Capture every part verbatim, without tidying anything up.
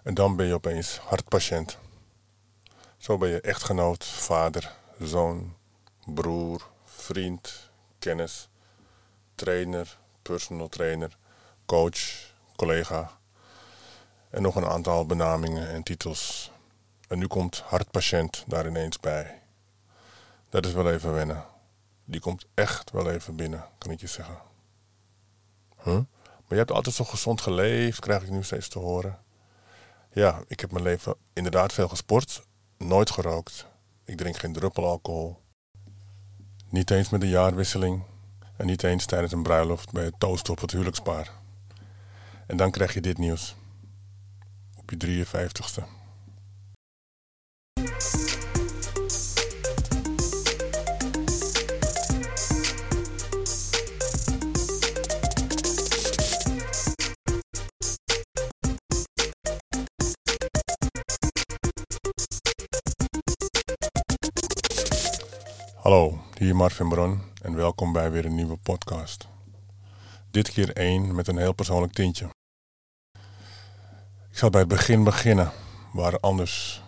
En dan ben je opeens hartpatiënt. Zo ben je echtgenoot, vader, zoon, broer, vriend, kennis, trainer, personal trainer, coach, collega en nog een aantal benamingen en titels. En nu komt hartpatiënt daar ineens bij. Dat is wel even wennen. Die komt echt wel even binnen, kan ik je zeggen. Huh? Maar je hebt altijd zo gezond geleefd, krijg ik nu steeds te horen. Ja, ik heb mijn leven inderdaad veel gesport, nooit gerookt. Ik drink geen druppel alcohol. Niet eens met de jaarwisseling en niet eens tijdens een bruiloft bij het toosten op het huwelijkspaar. En dan krijg je dit nieuws. Op je drieënvijftigste. Hallo, hier Marvin Bron en welkom bij weer een nieuwe podcast. Dit keer één met een heel persoonlijk tintje. Ik zal bij het begin beginnen, waar anders.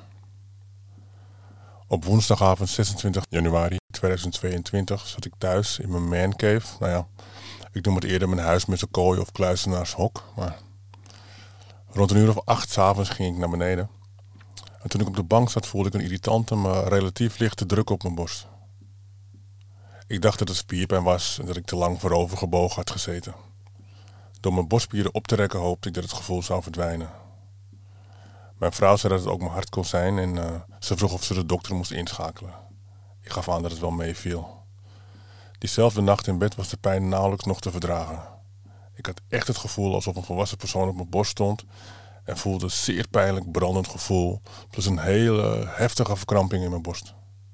Op woensdagavond zesentwintig januari tweeduizend tweeëntwintig zat ik thuis in mijn mancave. Nou ja, ik noem het eerder mijn huis met zijn kooi of kluizenaarshok. Maar rond een uur of acht 's avonds ging ik naar beneden. En toen ik op de bank zat voelde ik een irritante, maar relatief lichte druk op mijn borst. Ik dacht dat het spierpijn was en dat ik te lang voorover gebogen had gezeten. Door mijn borstspieren op te rekken hoopte ik dat het gevoel zou verdwijnen. Mijn vrouw zei dat het ook mijn hart kon zijn en uh, ze vroeg of ze de dokter moest inschakelen. Ik gaf aan dat het wel meeviel. Diezelfde nacht in bed was de pijn nauwelijks nog te verdragen. Ik had echt het gevoel alsof een volwassen persoon op mijn borst stond en voelde een zeer pijnlijk brandend gevoel plus een hele heftige verkramping in mijn borst.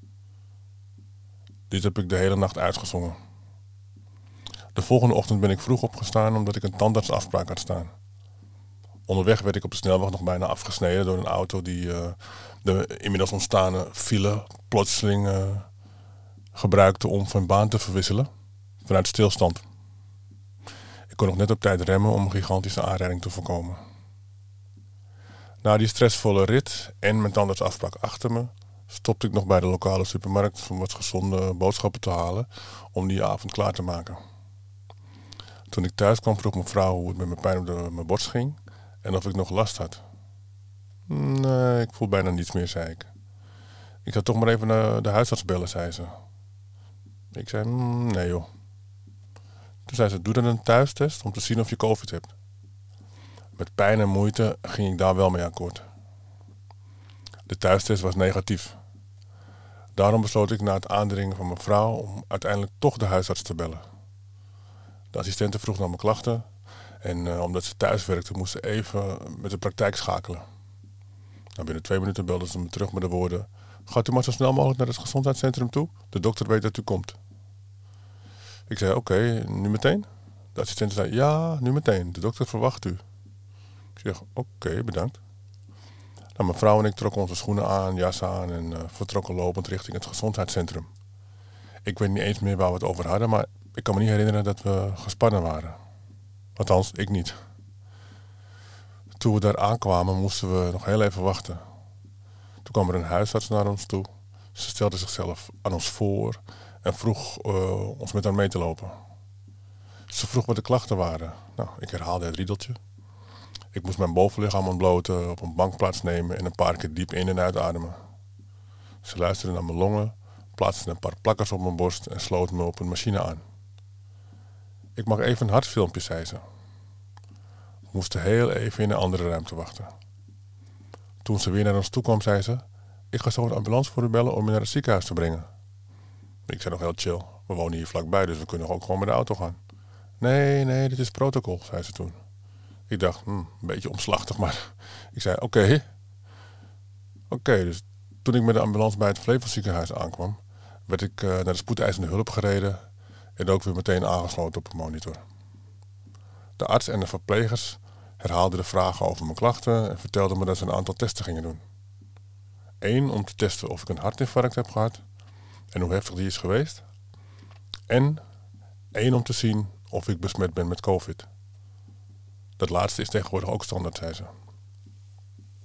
Dit heb ik de hele nacht uitgezongen. De volgende ochtend ben ik vroeg opgestaan omdat ik een tandartsafspraak had staan. Onderweg werd ik op de snelweg nog bijna afgesneden door een auto die uh, de inmiddels ontstane file plotseling uh, gebruikte om van baan te verwisselen vanuit stilstand. Ik kon nog net op tijd remmen om een gigantische aanrijding te voorkomen. Na die stressvolle rit en mijn tandartsafspraak achter me stopte ik nog bij de lokale supermarkt om wat gezonde boodschappen te halen om die avond klaar te maken. Toen ik thuis kwam vroeg mijn vrouw hoe het met mijn pijn op de, mijn borst ging en of ik nog last had. Nee, ik voel bijna niets meer, zei ik. Ik zou toch maar even naar de huisarts bellen, zei ze. Ik zei, mm, nee joh. Toen zei ze, doe dan een thuistest om te zien of je COVID hebt. Met pijn en moeite ging ik daar wel mee akkoord. De thuistest was negatief. Daarom besloot ik na het aandringen van mijn vrouw om uiteindelijk toch de huisarts te bellen. De assistente vroeg naar mijn klachten en uh, omdat ze thuis werkte moest ze even met de praktijk schakelen. Nou, binnen twee minuten belde ze me terug met de woorden: gaat u maar zo snel mogelijk naar het gezondheidscentrum toe? De dokter weet dat u komt. Ik zei, oké, okay, nu meteen? De assistente zei, ja, nu meteen. De dokter verwacht u. Ik zeg, oké, okay, bedankt. Nou, mijn vrouw en ik trokken onze schoenen aan, jas aan en uh, vertrokken lopend richting het gezondheidscentrum. Ik weet niet eens meer waar we het over hadden, maar ik kan me niet herinneren dat we gespannen waren. Althans, ik niet. Toen we daar aankwamen moesten we nog heel even wachten. Toen kwam er een huisarts naar ons toe. Ze stelde zichzelf aan ons voor en vroeg uh, ons met haar mee te lopen. Ze vroeg wat de klachten waren. Nou, ik herhaalde het riedeltje. Ik moest mijn bovenlichaam ontbloten, op een bank plaatsnemen en een paar keer diep in- en uitademen. Ze luisterde naar mijn longen, plaatste een paar plakkers op mijn borst en sloot me op een machine aan. Ik mag even een hartfilmpje, zei ze. We moesten heel even in een andere ruimte wachten. Toen ze weer naar ons toe kwam, zei ze: ik ga zo een ambulance voor u bellen om u naar het ziekenhuis te brengen. Ik zei nog heel chill. We wonen hier vlakbij, dus we kunnen ook gewoon met de auto gaan. Nee, nee, dit is protocol, zei ze toen. Ik dacht, hm, een beetje omslachtig, maar ik zei, oké. Okay. Oké, okay, dus toen ik met de ambulance bij het Flevoziekenhuis aankwam, werd ik uh, naar de spoedeisende hulp gereden en ook weer meteen aangesloten op een monitor. De arts en de verplegers herhaalden de vragen over mijn klachten en vertelden me dat ze een aantal testen gingen doen. Eén om te testen of ik een hartinfarct heb gehad en hoe heftig die is geweest. En één om te zien of ik besmet ben met COVID. Dat laatste is tegenwoordig ook standaard, zei ze.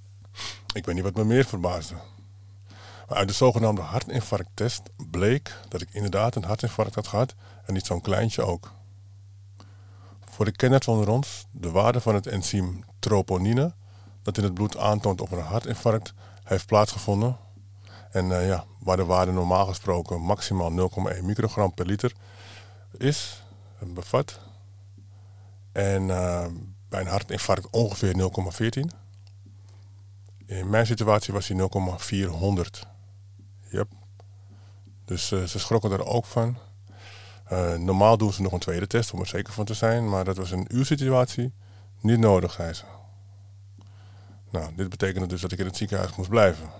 Ik weet niet wat me meer verbaasde. Maar uit de zogenaamde hartinfarcttest bleek dat ik inderdaad een hartinfarct had gehad en niet zo'n kleintje ook. Voor de kenners onder ons, de waarde van het enzym troponine, dat in het bloed aantoont of er een hartinfarct heeft plaatsgevonden. En uh, ja, waar de waarde normaal gesproken maximaal nul komma één microgram per liter is, bevat. En uh, bij een hartinfarct ongeveer nul komma veertien. In mijn situatie was die nul komma vierhonderd. Yep. Dus uh, ze schrokken er ook van. Uh, normaal doen ze nog een tweede test om er zeker van te zijn. Maar dat was in uw situatie niet nodig, zei ze. Nou, dit betekende dus dat ik in het ziekenhuis moest blijven.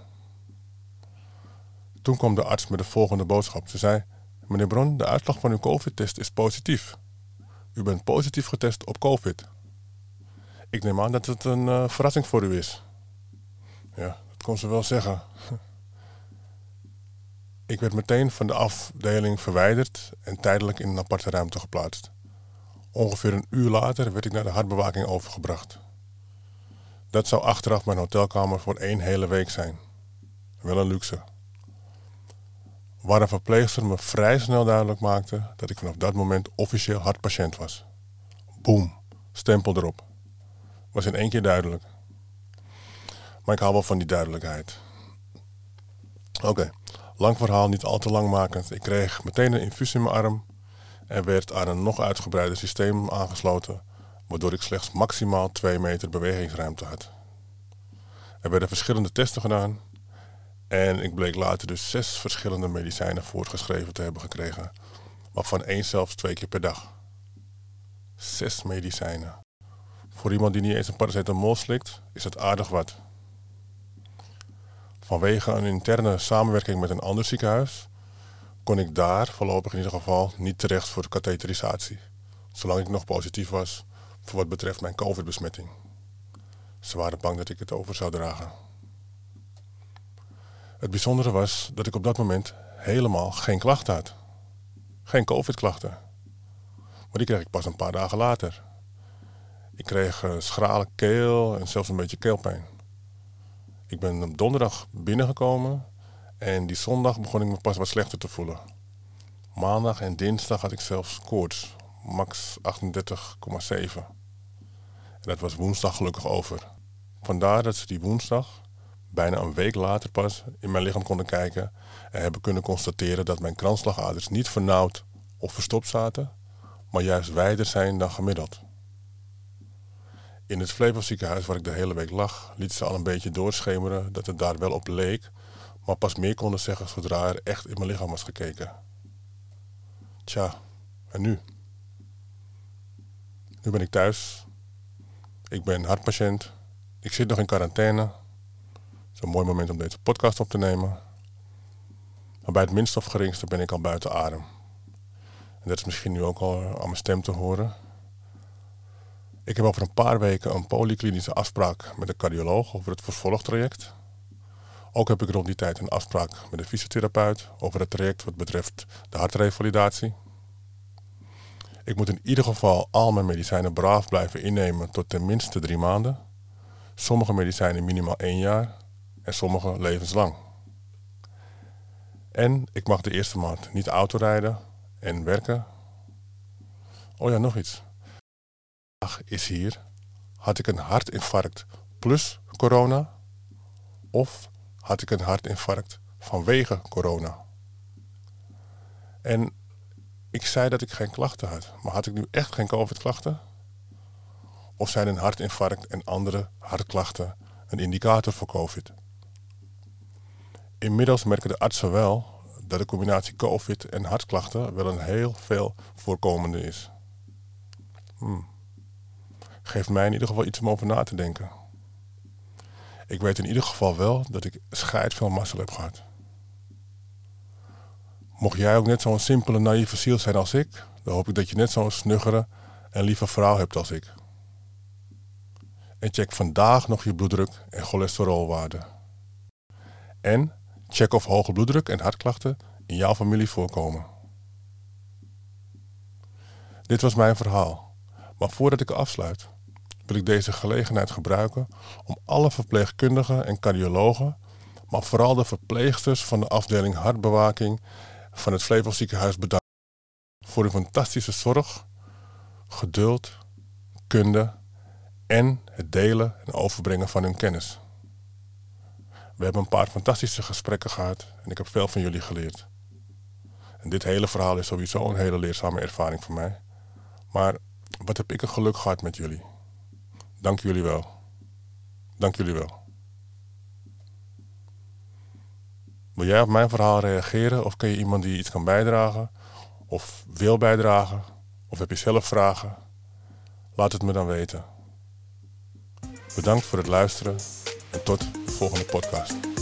Toen kwam de arts met de volgende boodschap. Ze zei, meneer Bron, de uitslag van uw COVID-test is positief. U bent positief getest op COVID. Ik neem aan dat het een uh, verrassing voor u is. Ja, dat kon ze wel zeggen. Ik werd meteen van de afdeling verwijderd en tijdelijk in een aparte ruimte geplaatst. Ongeveer een uur later werd ik naar de hartbewaking overgebracht. Dat zou achteraf mijn hotelkamer voor één hele week zijn. Wel een luxe. Waar een verpleegster me vrij snel duidelijk maakte dat ik vanaf dat moment officieel hartpatiënt was. Boom, stempel erop. Was in één keer duidelijk. Maar ik hou wel van die duidelijkheid. Oké, okay. Lang verhaal, niet al te lang makend. Ik kreeg meteen een infuus in mijn arm en werd aan een nog uitgebreider systeem aangesloten, waardoor ik slechts maximaal twee meter bewegingsruimte had. Er werden verschillende testen gedaan en ik bleek later dus zes verschillende medicijnen voorgeschreven te hebben gekregen, waarvan één zelfs twee keer per dag. Zes medicijnen. Voor iemand die niet eens een paracetamol slikt, is het aardig wat. Vanwege een interne samenwerking met een ander ziekenhuis kon ik daar, voorlopig in ieder geval, niet terecht voor de katheterisatie, zolang ik nog positief was voor wat betreft mijn COVID-besmetting. Ze waren bang dat ik het over zou dragen. Het bijzondere was dat ik op dat moment helemaal geen klachten had. Geen COVID-klachten. Maar die kreeg ik pas een paar dagen later. Ik kreeg uh, schrale keel en zelfs een beetje keelpijn. Ik ben op donderdag binnengekomen en die zondag begon ik me pas wat slechter te voelen. Maandag en dinsdag had ik zelfs koorts, max achtendertig komma zeven. En dat was woensdag gelukkig over. Vandaar dat ze die woensdag, bijna een week later pas, in mijn lichaam konden kijken en hebben kunnen constateren dat mijn kransslagaders niet vernauwd of verstopt zaten, maar juist wijder zijn dan gemiddeld. In het Flevo ziekenhuis waar ik de hele week lag, lieten ze al een beetje doorschemeren dat het daar wel op leek, maar pas meer konden zeggen zodra er echt in mijn lichaam was gekeken. Tja, en nu? Nu ben ik thuis. Ik ben hartpatiënt. Ik zit nog in quarantaine. Het is een mooi moment om deze podcast op te nemen. Maar bij het minste of geringste ben ik al buiten adem. En dat is misschien nu ook al aan mijn stem te horen. Ik heb over een paar weken een polyklinische afspraak met een cardioloog over het vervolgtraject. Ook heb ik rond die tijd een afspraak met een fysiotherapeut over het traject wat betreft de hartrevalidatie. Ik moet in ieder geval al mijn medicijnen braaf blijven innemen tot ten minste drie maanden. Sommige medicijnen minimaal één jaar en sommige levenslang. En ik mag de eerste maand niet autorijden en werken. Oh ja, nog iets. Vandaag is hier, had ik een hartinfarct plus corona of had ik een hartinfarct vanwege corona? En ik zei dat ik geen klachten had, maar had ik nu echt geen COVID-klachten? Of zijn een hartinfarct en andere hartklachten een indicator voor COVID? Inmiddels merken de artsen wel dat de combinatie COVID en hartklachten wel een heel veel voorkomende is. Hmm. Geeft mij in ieder geval iets om over na te denken. Ik weet in ieder geval wel dat ik scheids veel mazzel heb gehad. Mocht jij ook net zo'n simpele, naïeve ziel zijn als ik, dan hoop ik dat je net zo'n snuggere en lieve vrouw hebt als ik. En check vandaag nog je bloeddruk en cholesterolwaarde. En check of hoge bloeddruk en hartklachten in jouw familie voorkomen. Dit was mijn verhaal. Maar voordat ik afsluit, wil ik deze gelegenheid gebruiken om alle verpleegkundigen en cardiologen, maar vooral de verpleegsters van de afdeling hartbewaking van het Flevo Ziekenhuis bedanken voor uw fantastische zorg, geduld, kunde en het delen en overbrengen van hun kennis. We hebben een paar fantastische gesprekken gehad en ik heb veel van jullie geleerd. En dit hele verhaal is sowieso een hele leerzame ervaring voor mij. Maar wat heb ik een geluk gehad met jullie. Dank jullie wel. Dank jullie wel. Wil jij op mijn verhaal reageren of ken je iemand die iets kan bijdragen? Of wil bijdragen? Of heb je zelf vragen? Laat het me dan weten. Bedankt voor het luisteren en tot de volgende podcast.